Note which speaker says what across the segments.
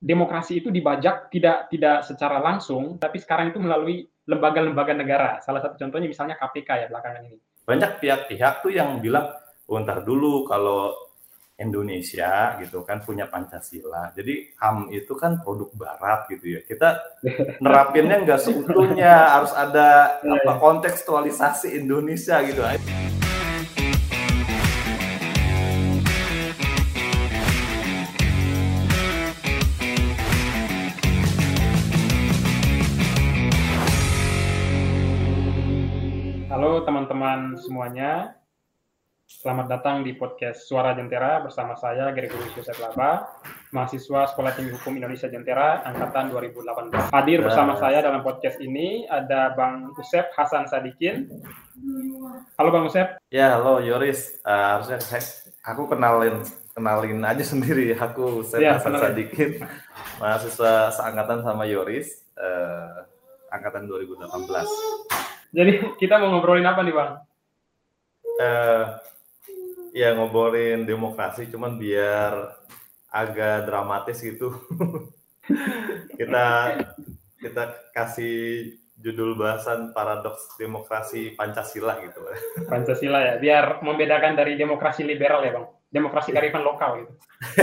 Speaker 1: demokrasi itu dibajak tidak secara langsung, tapi sekarang itu melalui lembaga-lembaga negara. Salah satu contohnya misalnya KPK ya belakangan ini.
Speaker 2: Banyak pihak-pihak tuh yang bilang, oh ntar dulu kalau Indonesia gitu kan punya Pancasila. Jadi HAM itu kan produk Barat gitu ya. Kita nerapinnya nggak seutuhnya, harus ada kontekstualisasi Indonesia gitu.
Speaker 1: Halo teman-teman semuanya, selamat datang di podcast Suara Jentera bersama saya Gregorius Yosef Laba, mahasiswa Sekolah Tinggi Hukum Indonesia Jentera angkatan 2018. Hadir bersama saya dalam podcast ini ada Bang Usep Hasan Sadikin. Halo Bang Usep.
Speaker 2: Ya, halo Yoris. Harusnya aku kenalin aja sendiri. Aku Usep Hasan Sadikin, mahasiswa seangkatan sama Yoris, angkatan 2018.
Speaker 1: Jadi kita mau ngobrolin apa nih Bang?
Speaker 2: Ya ngobrolin demokrasi, cuman biar agak dramatis gitu. kita kasih judul bahasan paradoks demokrasi Pancasila gitu.
Speaker 1: Pancasila ya, biar membedakan dari demokrasi liberal ya Bang, demokrasi kearifan lokal gitu.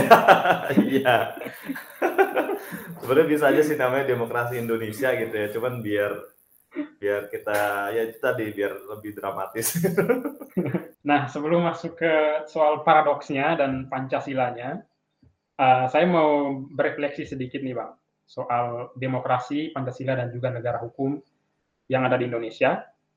Speaker 2: Iya. Sebenarnya bisa aja sih namanya demokrasi Indonesia gitu ya, cuman biar kita ya tadi biar lebih dramatis.
Speaker 1: Nah, sebelum masuk ke soal paradoksnya dan Pancasilanya, saya mau berefleksi sedikit nih Bang, soal demokrasi, Pancasila dan juga negara hukum yang ada di Indonesia.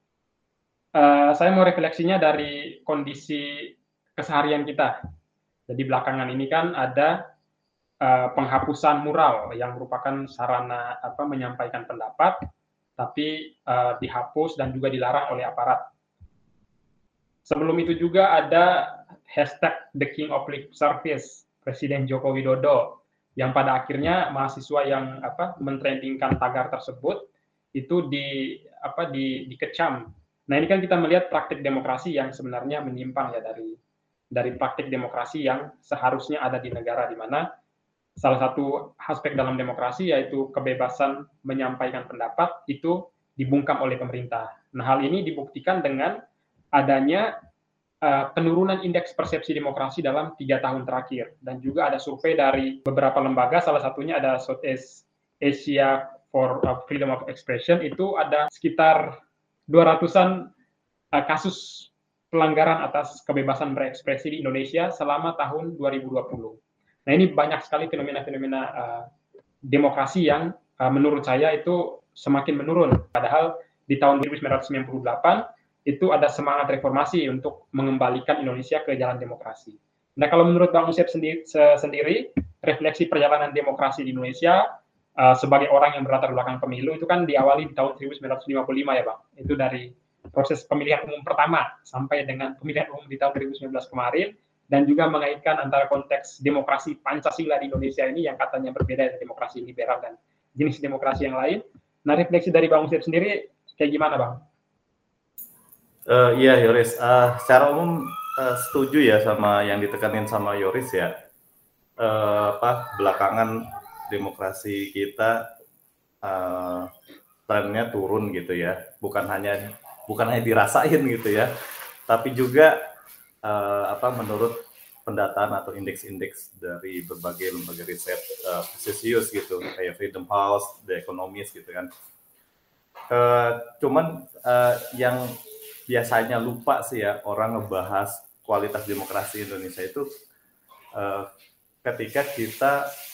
Speaker 1: Saya mau refleksinya dari kondisi keseharian kita. Jadi belakangan ini kan ada penghapusan mural yang merupakan sarana menyampaikan pendapat, tapi dihapus dan juga dilarang oleh aparat. Sebelum itu juga ada hashtag The King of Lip Service, Presiden Joko Widodo, yang pada akhirnya mahasiswa yang mentrendingkan tagar tersebut itu dikecam. Nah ini kan kita melihat praktik demokrasi yang sebenarnya menyimpang ya dari praktik demokrasi yang seharusnya ada di negara di mana salah satu aspek dalam demokrasi yaitu kebebasan menyampaikan pendapat itu dibungkam oleh pemerintah. Nah, hal ini dibuktikan dengan adanya penurunan indeks persepsi demokrasi dalam 3 tahun terakhir. Dan juga ada survei dari beberapa lembaga, salah satunya ada Southeast Asia for Freedom of Expression, itu ada sekitar 200-an kasus pelanggaran atas kebebasan berekspresi di Indonesia selama tahun 2020. Nah ini banyak sekali fenomena-fenomena demokrasi yang menurut saya itu semakin menurun. Padahal di tahun 1998 itu ada semangat reformasi untuk mengembalikan Indonesia ke jalan demokrasi. Nah kalau menurut Bang Usep sendiri, refleksi perjalanan demokrasi di Indonesia sebagai orang yang berlatar belakang pemilu itu kan diawali di tahun 1955 ya Bang. Itu dari proses pemilihan umum pertama sampai dengan pemilihan umum di tahun 2019 kemarin, dan juga mengaitkan antara konteks demokrasi Pancasila di Indonesia ini yang katanya berbeda dari demokrasi liberal dan jenis demokrasi yang lain. Nah, refleksi dari Bang Usep sendiri kayak gimana, Bang?
Speaker 2: Iya, Yoris. Secara umum setuju ya sama yang ditekanin sama Yoris ya. Belakangan demokrasi kita trennya turun gitu ya. Bukan hanya dirasain gitu ya, tapi juga menurut pendataan atau indeks-indeks dari berbagai lembaga riset prestisius gitu, kayak Freedom House, The Economist gitu kan. Cuman yang biasanya lupa sih ya orang ngebahas kualitas demokrasi Indonesia itu ketika kita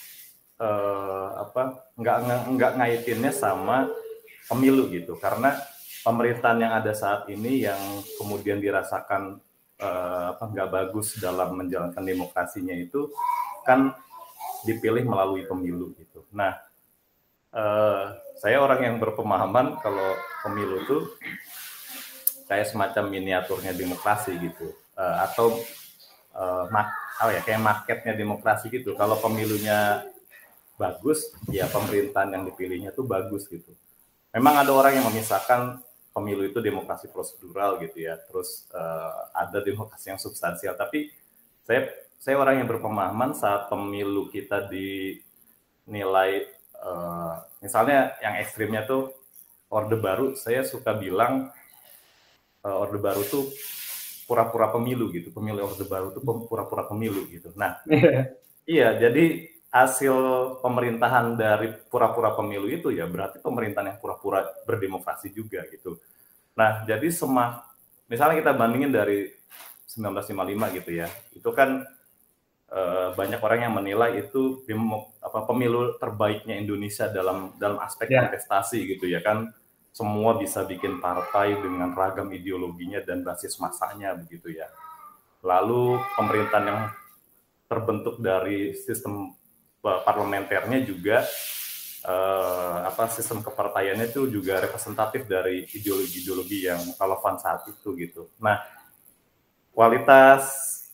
Speaker 2: nggak ngaitinnya sama pemilu gitu, karena pemerintahan yang ada saat ini yang kemudian dirasakan nggak bagus dalam menjalankan demokrasinya itu kan dipilih melalui pemilu gitu. Nah, saya orang yang berpemahaman kalau pemilu itu kayak semacam miniaturnya demokrasi gitu, atau kayak marketnya demokrasi gitu. Kalau pemilunya bagus, ya pemerintahan yang dipilihnya tuh bagus gitu. Memang ada orang yang memisahkan pemilu itu demokrasi prosedural gitu ya, terus ada demokrasi yang substansial. Tapi saya orang yang berpemahaman saat pemilu kita nilai misalnya yang ekstrimnya tuh Orde Baru, saya suka bilang Orde Baru tuh pura-pura pemilu gitu, pemilih Orde Baru tuh pura-pura pemilu gitu. Nah, iya, jadi hasil pemerintahan dari pura-pura pemilu itu ya berarti pemerintahan yang pura-pura berdemokrasi juga gitu. Nah, jadi misalnya kita bandingin dari 1955 gitu ya, itu kan banyak orang yang menilai itu pemilu terbaiknya Indonesia dalam aspek kontestasi gitu ya kan, semua bisa bikin partai dengan ragam ideologinya dan basis masanya begitu ya. Lalu pemerintahan yang terbentuk dari sistem parlementernya juga sistem kepartaiannya itu juga representatif dari ideologi-ideologi yang relevan saat itu gitu. Nah, kualitas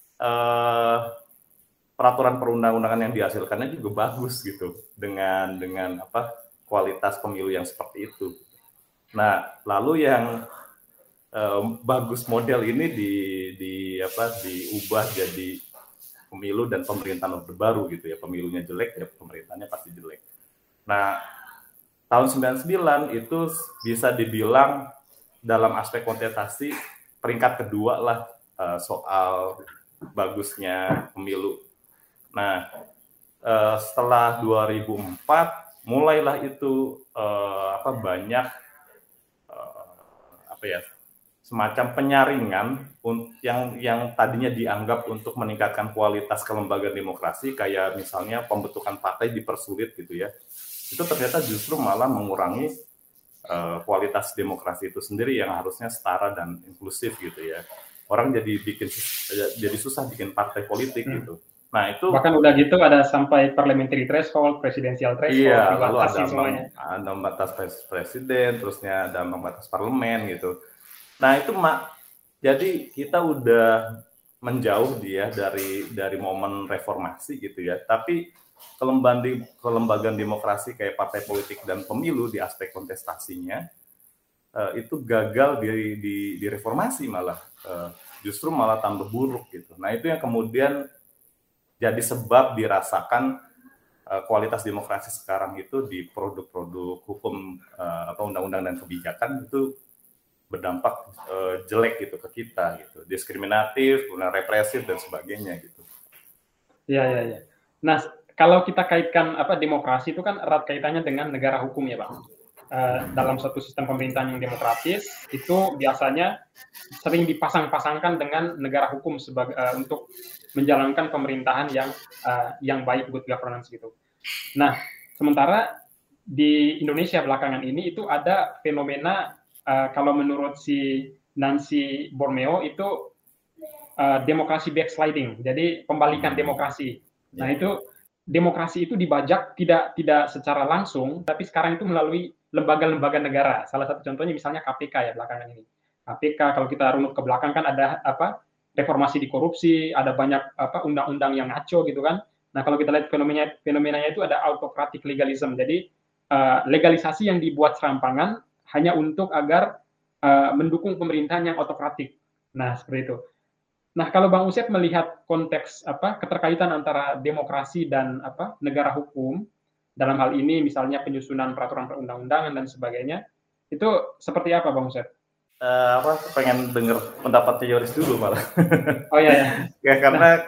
Speaker 2: peraturan perundang-undangan yang dihasilkannya juga bagus gitu dengan kualitas pemilu yang seperti itu. Nah, lalu yang bagus model ini diubah jadi pemilu dan pemerintahan Orde Baru gitu ya. Pemilunya jelek ya pemerintahnya pasti jelek. Nah, tahun 99 itu bisa dibilang dalam aspek kontestasi peringkat kedua lah soal bagusnya pemilu. Nah, setelah 2004 mulailah itu banyak semacam penyaringan yang tadinya dianggap untuk meningkatkan kualitas kelembagaan demokrasi, kayak misalnya pembentukan partai dipersulit gitu ya. Itu ternyata justru malah mengurangi kualitas demokrasi itu sendiri yang harusnya setara dan inklusif gitu ya. Orang jadi susah bikin partai politik gitu. Nah, itu
Speaker 1: bahkan udah gitu ada sampai parliamentary threshold, presidential threshold,
Speaker 2: iya, lalu ada ambang batas presiden, terusnya ada ambang batas parlemen gitu. Nah, itu jadi kita udah menjauh dari momen reformasi gitu ya. Tapi kelembagaan demokrasi kayak partai politik dan pemilu di aspek kontestasinya itu gagal di reformasi, malah justru malah tambah buruk gitu. Nah, itu yang kemudian jadi sebab dirasakan kualitas demokrasi sekarang itu di produk-produk hukum undang-undang dan kebijakan itu berdampak jelek gitu ke kita gitu, diskriminatif, represif dan sebagainya gitu.
Speaker 1: Iya. Nah, kalau kita kaitkan demokrasi itu kan erat kaitannya dengan negara hukum ya, Bang. Dalam suatu sistem pemerintahan yang demokratis itu biasanya sering dipasang-pasangkan dengan negara hukum sebagai untuk menjalankan pemerintahan yang baik, good governance gitu. Nah, sementara di Indonesia belakangan ini itu ada fenomena kalau menurut si Nancy Borneo itu demokrasi backsliding, jadi pembalikan demokrasi. Nah, itu demokrasi itu dibajak tidak secara langsung, tapi sekarang itu melalui lembaga-lembaga negara. Salah satu contohnya misalnya KPK ya belakangan ini. KPK kalau kita runut ke belakang kan ada reformasi di korupsi, ada banyak undang-undang yang ngaco gitu kan. Nah, kalau kita lihat fenomenanya itu ada autocratic legalism. Jadi legalisasi yang dibuat serampangan hanya untuk agar mendukung pemerintahan yang autokratik. Nah, seperti itu. Nah, kalau Bang Uset melihat konteks keterkaitan antara demokrasi dan negara hukum dalam hal ini misalnya penyusunan peraturan perundang-undangan dan sebagainya, itu seperti apa Bang Uset?
Speaker 2: Pengen dengar pendapatnya Yoris dulu malah.
Speaker 1: Oh iya.
Speaker 2: Ya karena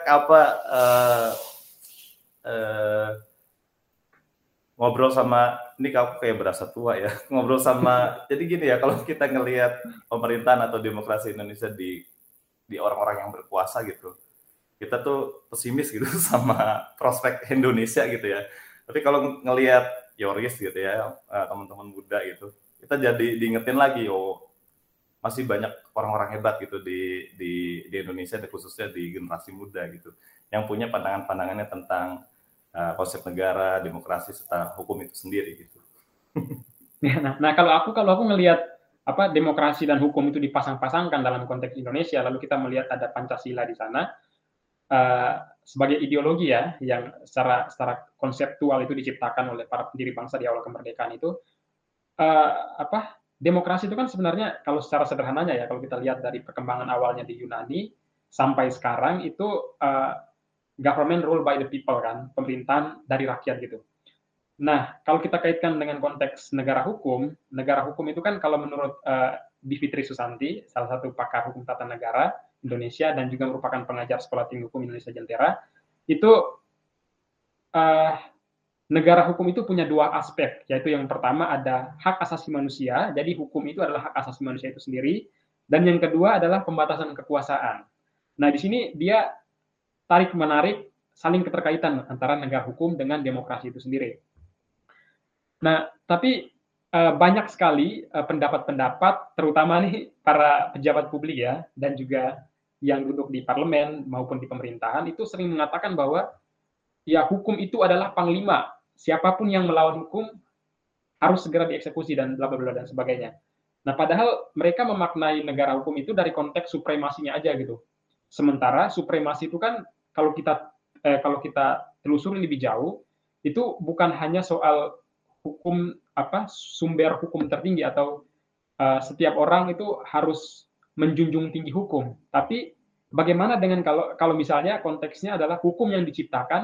Speaker 2: ngobrol sama, ini aku kayak berasa tua ya, ngobrol sama, jadi gini ya, kalau kita ngelihat pemerintahan atau demokrasi Indonesia di orang-orang yang berkuasa gitu, kita tuh pesimis gitu sama prospek Indonesia gitu ya. Tapi kalau ngelihat Yoris gitu ya, teman-teman muda gitu, kita jadi diingetin lagi, masih banyak orang-orang hebat gitu di Indonesia, khususnya di generasi muda gitu, yang punya pandangan-pandangannya tentang konsep negara, demokrasi serta hukum itu sendiri gitu.
Speaker 1: Nah, kalau aku ngelihat demokrasi dan hukum itu dipasang-pasangkan dalam konteks Indonesia, lalu kita melihat ada Pancasila di sana sebagai ideologi ya, yang secara konseptual itu diciptakan oleh para pendiri bangsa di awal kemerdekaan itu, demokrasi itu kan sebenarnya kalau secara sederhananya ya, kalau kita lihat dari perkembangan awalnya di Yunani sampai sekarang itu government rule by the people kan, pemerintahan dari rakyat gitu. Nah, kalau kita kaitkan dengan konteks negara hukum itu kan kalau menurut Bivitri Susanti, salah satu pakar hukum tata negara Indonesia dan juga merupakan pengajar Sekolah Tinggi Hukum Indonesia Jentera, itu uh, negara hukum itu punya dua aspek, yaitu yang pertama ada hak asasi manusia, jadi hukum itu adalah hak asasi manusia itu sendiri, dan yang kedua adalah pembatasan kekuasaan. Nah, di sini dia tarik-menarik saling keterkaitan antara negara hukum dengan demokrasi itu sendiri. Nah, tapi banyak sekali pendapat-pendapat, terutama nih para pejabat publik ya, dan juga yang duduk di parlemen maupun di pemerintahan, itu sering mengatakan bahwa ya hukum itu adalah panglima. Siapapun yang melawan hukum harus segera dieksekusi dan bla bla bla dan sebagainya. Nah, padahal mereka memaknai negara hukum itu dari konteks supremasinya aja gitu. Sementara supremasi itu kan kalau kita telusuri lebih jauh, itu bukan hanya soal hukum sumber hukum tertinggi atau setiap orang itu harus menjunjung tinggi hukum. Tapi bagaimana dengan kalau misalnya konteksnya adalah hukum yang diciptakan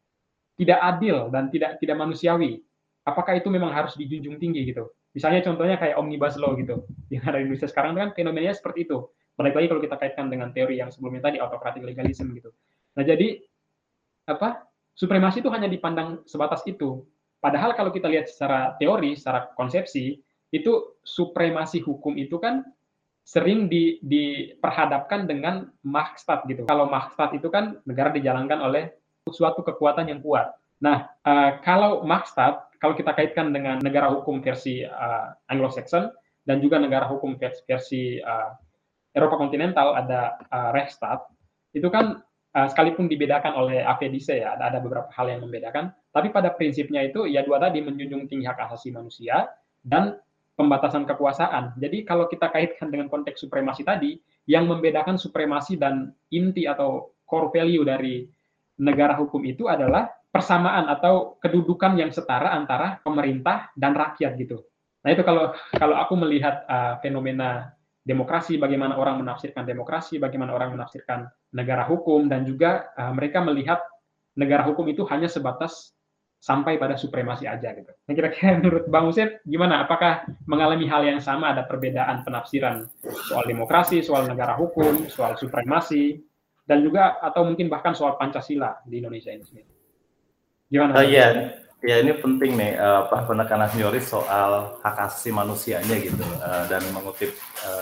Speaker 1: tidak adil dan tidak manusiawi? Apakah itu memang harus dijunjung tinggi gitu? Misalnya contohnya kayak omnibus law gitu. Yang ada di Indonesia sekarang kan fenomenanya seperti itu. Balik lagi kalau kita kaitkan dengan teori yang sebelumnya tadi autocratic legalism gitu. Nah, jadi supremasi itu hanya dipandang sebatas itu. Padahal kalau kita lihat secara teori, secara konsepsi, itu supremasi hukum itu kan sering diperhadapkan dengan Machtstaat gitu. Kalau Machtstaat itu kan negara dijalankan oleh suatu kekuatan yang kuat. Nah, kalau Machtstaat, kalau kita kaitkan dengan negara hukum versi Anglo-Saxon dan juga negara hukum versi Eropa kontinental ada Rechtsstaat, itu kan sekalipun dibedakan oleh AVDC ya, ada beberapa hal yang membedakan, tapi pada prinsipnya itu ya dua tadi, menjunjung tinggi hak asasi manusia dan pembatasan kekuasaan. Jadi kalau kita kaitkan dengan konteks supremasi tadi, yang membedakan supremasi dan inti atau core value dari negara hukum itu adalah persamaan atau kedudukan yang setara antara pemerintah dan rakyat gitu. Nah, itu kalau aku melihat fenomena demokrasi, bagaimana orang menafsirkan demokrasi, bagaimana orang menafsirkan negara hukum, dan juga mereka melihat negara hukum itu hanya sebatas sampai pada supremasi aja gitu. Nah, kira-kira menurut Bang Uset gimana? Apakah mengalami hal yang sama, ada perbedaan penafsiran soal demokrasi, soal negara hukum, soal supremasi, dan juga atau mungkin bahkan soal Pancasila di Indonesia ini sendiri? Gimana?
Speaker 2: Ya ini penting nih penekanan Yoris soal hak asasi manusianya gitu, dan mengutip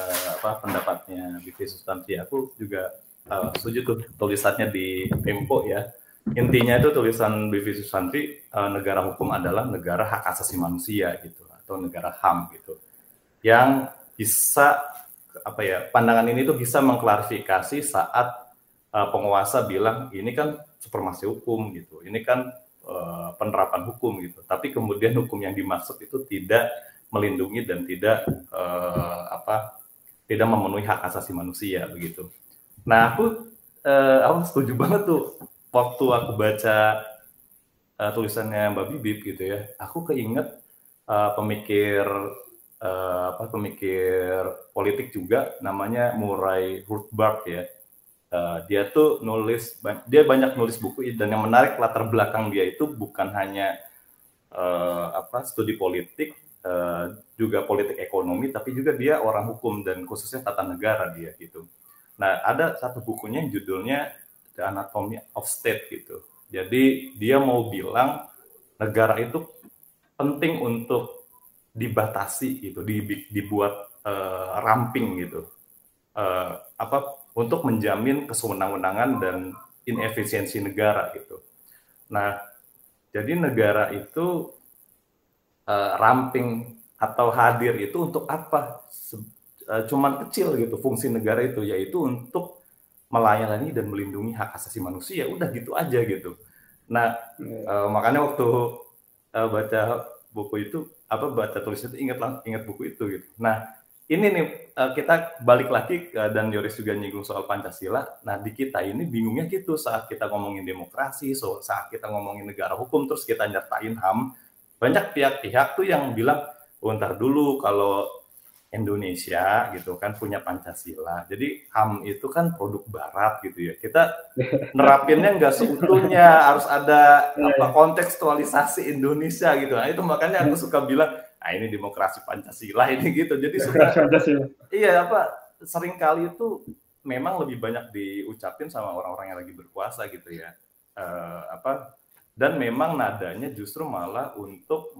Speaker 2: pendapatnya Bivitri Susanti. Aku juga setuju tuh tulisannya di Tempo ya. Intinya itu tulisan Bivitri Susanti, negara hukum adalah negara hak asasi manusia gitu, atau negara HAM gitu, yang bisa pandangan ini tuh bisa mengklarifikasi saat penguasa bilang ini kan supremasi hukum gitu, ini kan penerapan hukum gitu, tapi kemudian hukum yang dimaksud itu tidak melindungi dan tidak memenuhi hak asasi manusia begitu. Nah, aku setuju banget tuh waktu aku baca tulisannya Mbak Bibip gitu ya. Aku keinget pemikir politik juga namanya Murray Rothbard ya. Dia banyak nulis buku, dan yang menarik latar belakang dia itu bukan hanya studi politik, juga politik ekonomi, tapi juga dia orang hukum dan khususnya tata negara dia gitu. Nah, ada satu bukunya yang judulnya The Anatomy of State gitu. Jadi dia mau bilang negara itu penting untuk dibatasi gitu, dibuat ramping gitu. Untuk menjamin kesewenang-wenangan dan inefisiensi negara gitu. Nah, jadi negara itu ramping atau hadir itu untuk apa? Cuman kecil gitu fungsi negara itu, yaitu untuk melayani dan melindungi hak asasi manusia. Udah gitu aja gitu. Nah, makanya waktu baca buku itu, baca tulisan itu ingat buku itu gitu. Nah, ini nih kita balik lagi dan Yoris juga nyinggung soal Pancasila. Nah, di kita ini bingungnya gitu saat kita ngomongin demokrasi, saat kita ngomongin negara hukum, terus kita nyertain HAM, banyak pihak-pihak tuh yang bilang, ntar dulu kalau Indonesia gitu kan punya Pancasila. Jadi HAM itu kan produk Barat gitu ya. Kita nerapinnya nggak seutuhnya, harus ada kontekstualisasi Indonesia gitu. Nah itu makanya aku suka bilang, nah ini demokrasi Pancasila ini gitu. Jadi suka iya seringkali itu memang lebih banyak diucapin sama orang-orang yang lagi berkuasa gitu ya. Dan memang nadanya justru malah untuk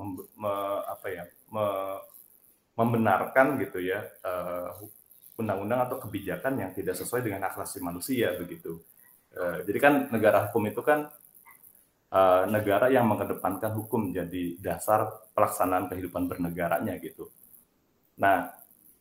Speaker 2: membenarkan gitu ya undang-undang atau kebijakan yang tidak sesuai dengan hak asasi manusia begitu. Jadi kan negara hukum itu kan negara yang mengedepankan hukum jadi dasar pelaksanaan kehidupan bernegaranya gitu. Nah,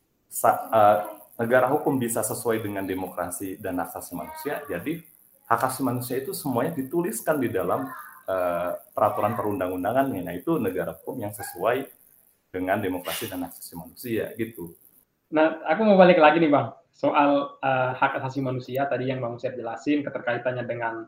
Speaker 2: negara hukum bisa sesuai dengan demokrasi dan hak asasi manusia. Jadi hak asasi manusia itu semuanya dituliskan di dalam peraturan perundang-undangannya. Nah, itu negara hukum yang sesuai dengan demokrasi dan hak asasi manusia gitu.
Speaker 1: Nah, aku mau balik lagi nih Bang, soal hak asasi manusia tadi yang Bang User jelasin keterkaitannya dengan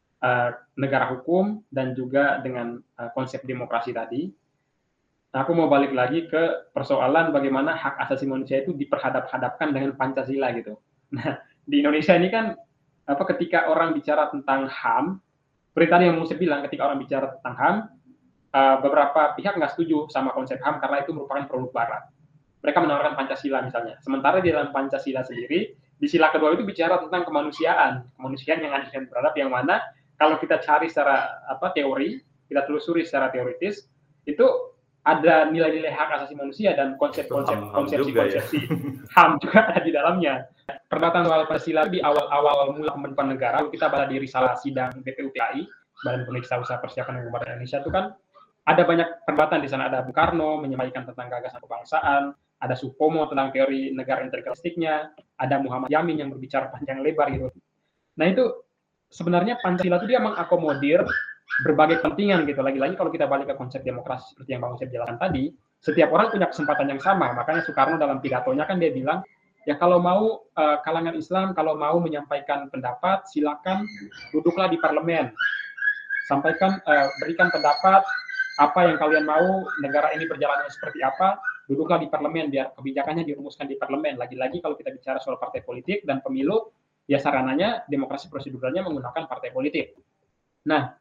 Speaker 1: negara hukum dan juga dengan konsep demokrasi tadi. Nah, aku mau balik lagi ke persoalan bagaimana hak asasi manusia itu diperhadap-hadapkan dengan Pancasila gitu. Nah, di Indonesia ini kan ketika orang bicara tentang HAM, seperti tadi yang Bang User bilang, ketika orang bicara tentang HAM, beberapa pihak nggak setuju sama konsep HAM karena itu merupakan produk Barat. Mereka menawarkan Pancasila misalnya. Sementara di dalam Pancasila sendiri, di sila kedua itu bicara tentang kemanusiaan yang adil dan beradab, yang mana kalau kita cari secara teori, kita telusuri secara teoritis, itu ada nilai-nilai hak asasi manusia dan konsepsi HAM juga ada di dalamnya. Perdebatan soal Pancasila di awal-awal mula pembentukan negara, kita baca di risalah sidang BPUPKI, Badan Pemeriksa Usaha Persiapan Kemerdekaan Indonesia, itu kan ada banyak perdebatan di sana. Ada Bung Karno menyampaikan tentang gagasan kebangsaan, ada Supomo tentang teori negara integralistiknya, ada Muhammad Yamin yang berbicara panjang lebar gitu. Nah itu sebenarnya Pancasila itu dia mengakomodir berbagai kepentingan gitu. Lagi-lagi kalau kita balik ke konsep demokrasi seperti yang Bang Ucep jelaskan tadi, setiap orang punya kesempatan yang sama. Makanya Soekarno dalam pidatonya kan dia bilang, ya kalau mau kalangan Islam, kalau mau menyampaikan pendapat, silakan duduklah di parlemen. Sampaikan, berikan pendapat, apa yang kalian mau, negara ini berjalannya seperti apa, duduklah di parlemen, biar kebijakannya dirumuskan di parlemen. Lagi-lagi kalau kita bicara soal partai politik dan pemilu, ya sarananya demokrasi proseduralnya menggunakan partai politik. Nah,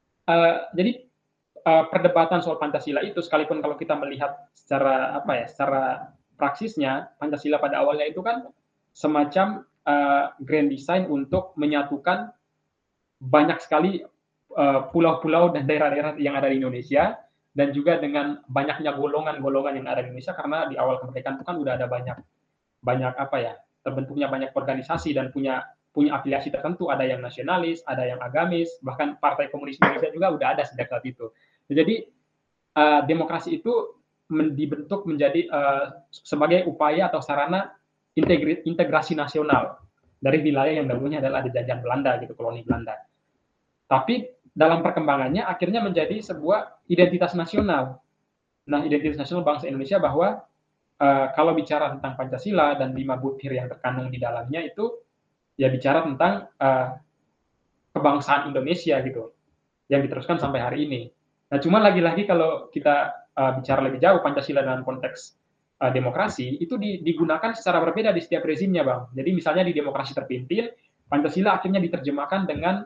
Speaker 1: jadi perdebatan soal Pancasila itu, sekalipun kalau kita melihat secara secara praksisnya, Pancasila pada awalnya itu kan semacam grand design untuk menyatukan banyak sekali pulau-pulau dan daerah-daerah yang ada di Indonesia, dan juga dengan banyaknya golongan-golongan yang ada di Indonesia, karena di awal kemerdekaan itu kan udah ada banyak terbentuknya banyak organisasi dan punya afiliasi tertentu, ada yang nasionalis, ada yang agamis, bahkan Partai Komunis Indonesia juga udah ada sejak saat itu. Jadi demokrasi itu dibentuk menjadi sebagai upaya atau sarana integrasi nasional dari wilayah yang dahulunya adalah dijajah Belanda gitu, koloni Belanda. Tapi dalam perkembangannya akhirnya menjadi sebuah identitas nasional. Nah, identitas nasional bangsa Indonesia bahwa kalau bicara tentang Pancasila dan 5 butir yang terkandung di dalamnya itu ya bicara tentang kebangsaan Indonesia gitu, yang diteruskan sampai hari ini. Nah, cuma lagi-lagi kalau kita bicara lebih jauh Pancasila dalam konteks demokrasi itu digunakan secara berbeda di setiap rezimnya, Bang. Jadi misalnya di demokrasi terpimpin, Pancasila akhirnya diterjemahkan dengan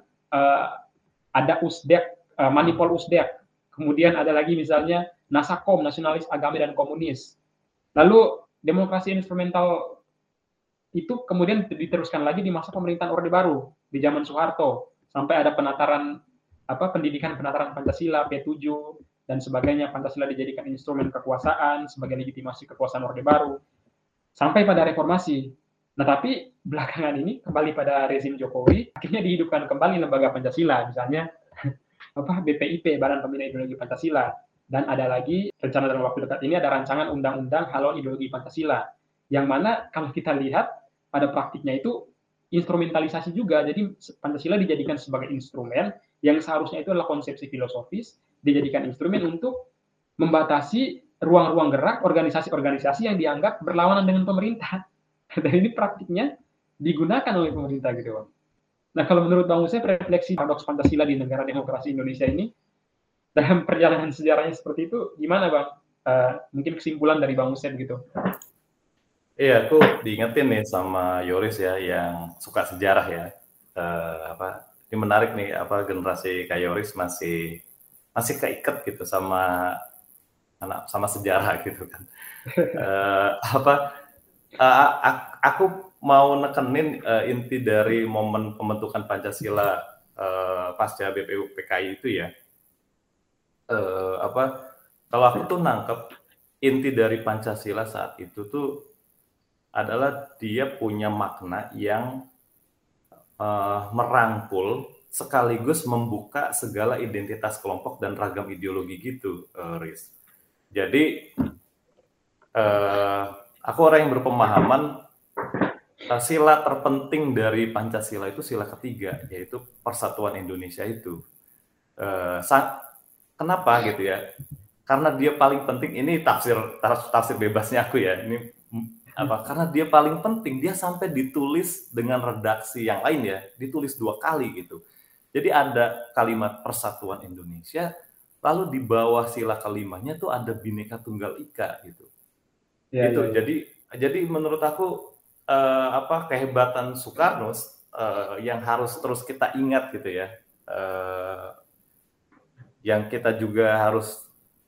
Speaker 1: ada USDEK, Manipol USDEK. Kemudian ada lagi misalnya Nasakom, Nasionalis Agama dan Komunis. Lalu demokrasi instrumental itu kemudian diteruskan lagi di masa pemerintahan Orde Baru di zaman Soeharto, sampai ada pendidikan penataran Pancasila, P7 dan sebagainya. Pancasila dijadikan instrumen kekuasaan sebagai legitimasi kekuasaan Orde Baru sampai pada reformasi. Nah, tapi belakangan ini kembali pada rezim Jokowi, akhirnya dihidupkan kembali lembaga Pancasila, misalnya BPIP, Badan Pembina Ideologi Pancasila, dan ada lagi rencana dalam waktu dekat ini ada rancangan undang-undang haluan ideologi Pancasila, yang mana kalau kita lihat pada praktiknya itu instrumentalisasi juga. Jadi Pancasila dijadikan sebagai instrumen yang seharusnya itu adalah konsepsi filosofis, dijadikan instrumen untuk membatasi ruang-ruang gerak organisasi-organisasi yang dianggap berlawanan dengan pemerintah. Dan ini praktiknya digunakan oleh pemerintah gitu, Bang. Nah, kalau menurut Bang Ucep, refleksi paradoks Pancasila di negara demokrasi Indonesia ini dalam perjalanan sejarahnya seperti itu gimana, Bang? Mungkin kesimpulan dari Bang Ucep gitu.
Speaker 2: Iya, aku diingetin nih sama Yoris ya yang suka sejarah ya. Ini menarik nih generasi kayak Yoris masih masih keiket gitu sama sama sejarah gitu kan. Eh, apa aku mau nekenin inti dari momen pembentukan Pancasila pasca BPUPKI itu ya. Eh, apa Kalau aku tuh nangkep inti dari Pancasila saat itu tuh adalah dia punya makna yang merangkul sekaligus membuka segala identitas kelompok dan ragam ideologi gitu, Riz. Jadi aku orang yang berpemahaman sila terpenting dari Pancasila itu sila ketiga, yaitu persatuan Indonesia itu. Kenapa gitu ya? Karena dia paling penting, ini tafsir bebasnya aku ya. Ini karena dia paling penting, dia sampai ditulis dengan redaksi yang lain ya, ditulis 2 kali gitu. Jadi ada kalimat persatuan Indonesia, lalu di bawah sila kelimanya tuh ada Bhinneka Tunggal Ika gitu.
Speaker 1: Ya,
Speaker 2: gitu.
Speaker 1: ya, ya.
Speaker 2: Jadi menurut aku kehebatan Soekarno yang harus terus kita ingat gitu ya. Yang kita juga harus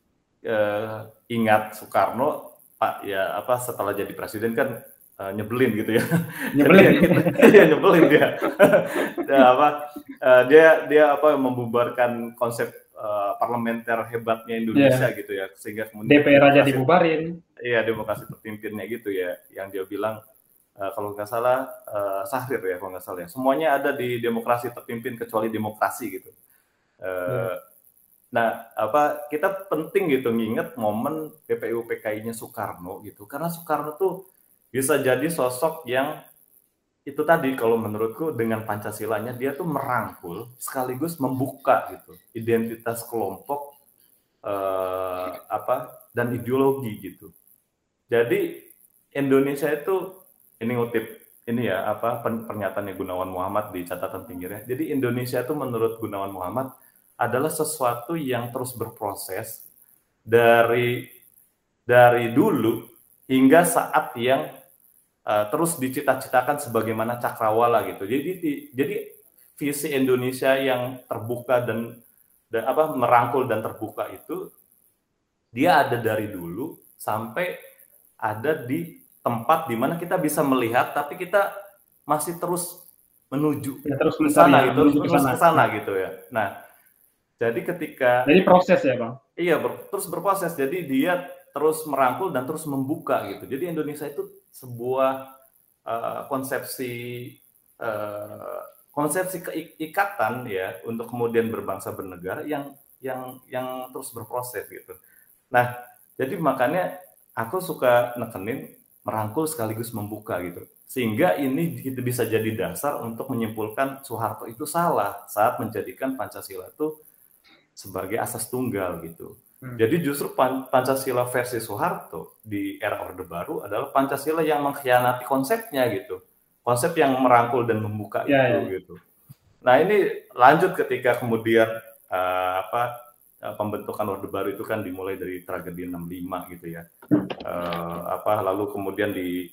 Speaker 2: ingat Soekarno Pak ya setelah jadi presiden kan nyebelin gitu ya.
Speaker 1: Nyebelin.
Speaker 2: Iya nyebelin dia. Dia membubarkan konsep parlementer hebatnya Indonesia gitu ya, sehingga kemudian
Speaker 1: DPR aja dibubarin.
Speaker 2: Iya, demokrasi terpimpinnya gitu ya, yang dia bilang kalau nggak salah Syahrir ya kalau nggak salah ya, semuanya ada di demokrasi terpimpin kecuali demokrasi gitu. Nah, kita penting gitu nginget momen BPUPKI-nya Soekarno gitu, karena Soekarno tuh bisa jadi sosok yang itu tadi kalau menurutku dengan Pancasilanya dia tuh merangkul sekaligus membuka gitu identitas kelompok dan ideologi gitu. Jadi Indonesia itu, ini ngutip ini ya pernyataannya Gunawan Muhammad di catatan pinggirnya. Jadi Indonesia itu menurut Gunawan Muhammad adalah sesuatu yang terus berproses dari dulu hingga saat yang terus dicita-citakan sebagaimana cakrawala gitu. Jadi visi Indonesia yang terbuka dan merangkul dan terbuka itu dia ada dari dulu sampai ada di tempat di mana kita bisa melihat tapi kita masih terus menuju ke sana gitu, terus ke sana gitu ya. Nah, jadi jadi
Speaker 1: proses ya, Bang.
Speaker 2: Iya, terus berproses. Jadi dia terus merangkul dan terus membuka gitu. Jadi Indonesia itu sebuah konsepsi keikatan ya untuk kemudian berbangsa bernegara yang terus berproses gitu. Nah, jadi makanya aku suka nekenin merangkul sekaligus membuka gitu. Sehingga ini bisa jadi dasar untuk menyimpulkan Soeharto itu salah saat menjadikan Pancasila itu sebagai asas tunggal gitu. Jadi justru Pancasila versi Soeharto di era Orde Baru adalah Pancasila yang mengkhianati konsepnya gitu. Konsep yang merangkul dan membuka gitu. Nah, ini lanjut ketika kemudian pembentukan Orde Baru itu kan dimulai dari tragedi 65 gitu ya. Lalu kemudian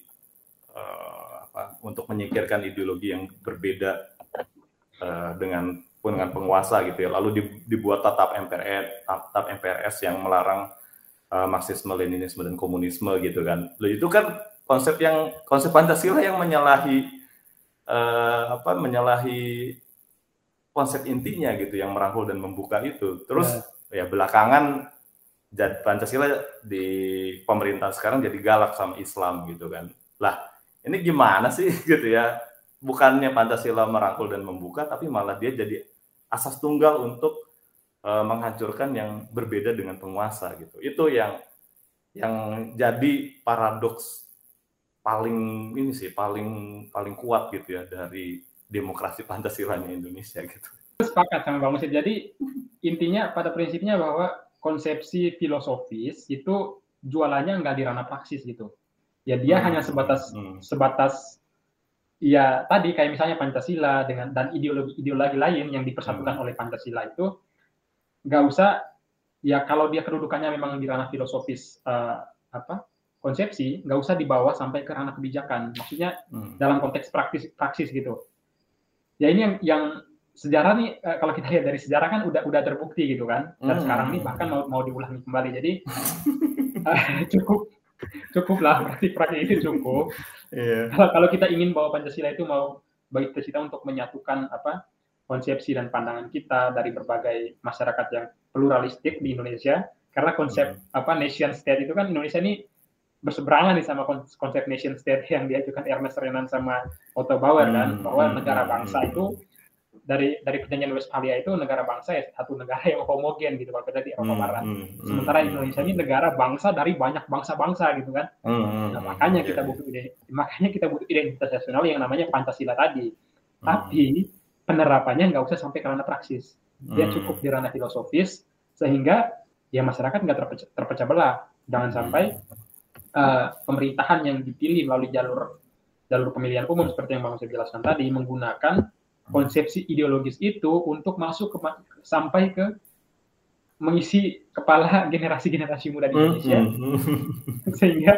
Speaker 2: untuk menyingkirkan ideologi yang berbeda dengan penguasa gitu ya. Lalu dibuat tatap MPRS yang melarang Marxisme, Leninisme dan komunisme gitu kan. Loh, itu kan konsep Pancasila yang menyalahi konsep intinya gitu yang merangkul dan membuka itu. Terus ya belakangan Pancasila di pemerintahan sekarang jadi galak sama Islam gitu kan. Lah, ini gimana sih gitu ya? Bukannya Pancasila merangkul dan membuka, tapi malah dia jadi asas tunggal untuk menghancurkan yang berbeda dengan penguasa gitu. Itu yang jadi paradoks paling kuat gitu ya dari demokrasi Pancasilanya Indonesia gitu.
Speaker 1: Sepakat sama Bang Musid. Jadi intinya pada prinsipnya bahwa konsepsi filosofis itu jualannya nggak di ranah praksis gitu. Ya dia hanya sebatas ya tadi kayak misalnya Pancasila dan ideologi lain yang dipersatukan oleh Pancasila itu nggak usah ya kalau dia kedudukannya memang di ranah filosofis konsepsi nggak usah dibawa sampai ke ranah kebijakan. Maksudnya dalam konteks praksis gitu. Ya ini yang sejarah nih, kalau kita lihat dari sejarah kan udah terbukti gitu kan. Dan sekarang nih bahkan mau diulangi kembali. Jadi cukup lah, praktik itu cukup. Kalau kita ingin bahwa Pancasila itu mau bagi kita untuk menyatukan konsepsi dan pandangan kita dari berbagai masyarakat yang pluralistik di Indonesia, karena konsep nation state itu kan Indonesia ini berseberangan nih sama konsep nation state yang diajukan Ernest Renan sama Otto Bauer kan, bahwa negara bangsa itu dari perjanjian Westphalia itu negara bangsa ya satu negara yang homogen gitu kalau kita di Eropa Barat. Sementara Indonesia ini negara bangsa dari banyak bangsa-bangsa gitu kan. Nah, makanya kita butuh identitas nasional yang namanya Pancasila tadi. Tapi penerapannya nggak usah sampai ke ranah praksis. Dia cukup di ranah filosofis sehingga ya masyarakat nggak terpecah belah. Jangan sampai pemerintahan yang dipilih melalui jalur pemilihan umum seperti yang Bang Yose jelaskan tadi menggunakan konsepsi ideologis itu untuk masuk sampai ke mengisi kepala generasi muda di Indonesia. Sehingga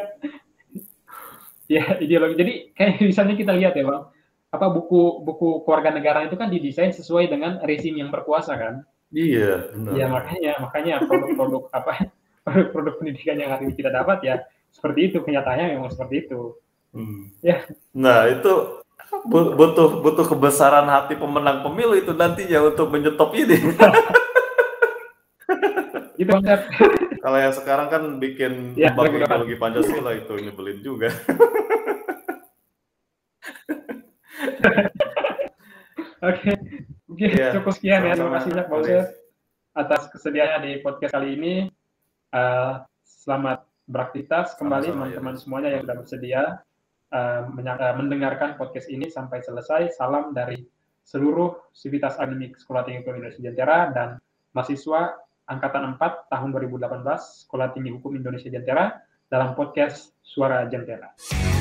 Speaker 1: ya ideologi. Jadi kayak misalnya kita lihat ya Bang, buku keluarga negara itu kan didesain sesuai dengan rezim yang berkuasa kan.
Speaker 2: Iya, benar.
Speaker 1: Ya makanya produk pendidikan yang hari ini kita dapat ya seperti itu, kenyataannya memang seperti itu. Ya.
Speaker 2: Nah, itu butuh kebesaran hati pemenang pemilu itu nantinya untuk menyetop ini.
Speaker 1: Gitu konsep.
Speaker 2: Kalau yang sekarang kan bikin ideologi Pancasila itu nyebelin juga.
Speaker 1: Oke, cukup sekian ya. Terima kasih banyak Bang Yose atas kesediaannya di podcast kali ini. Selamat beraktivitas kembali teman-teman semuanya yang sudah bersedia mendengarkan podcast ini sampai selesai. Salam dari seluruh Sivitas Akademik Sekolah Tinggi Hukum Indonesia Jentera dan mahasiswa Angkatan 4 tahun 2018 Sekolah Tinggi Hukum Indonesia Jentera dalam podcast Suara Jentera.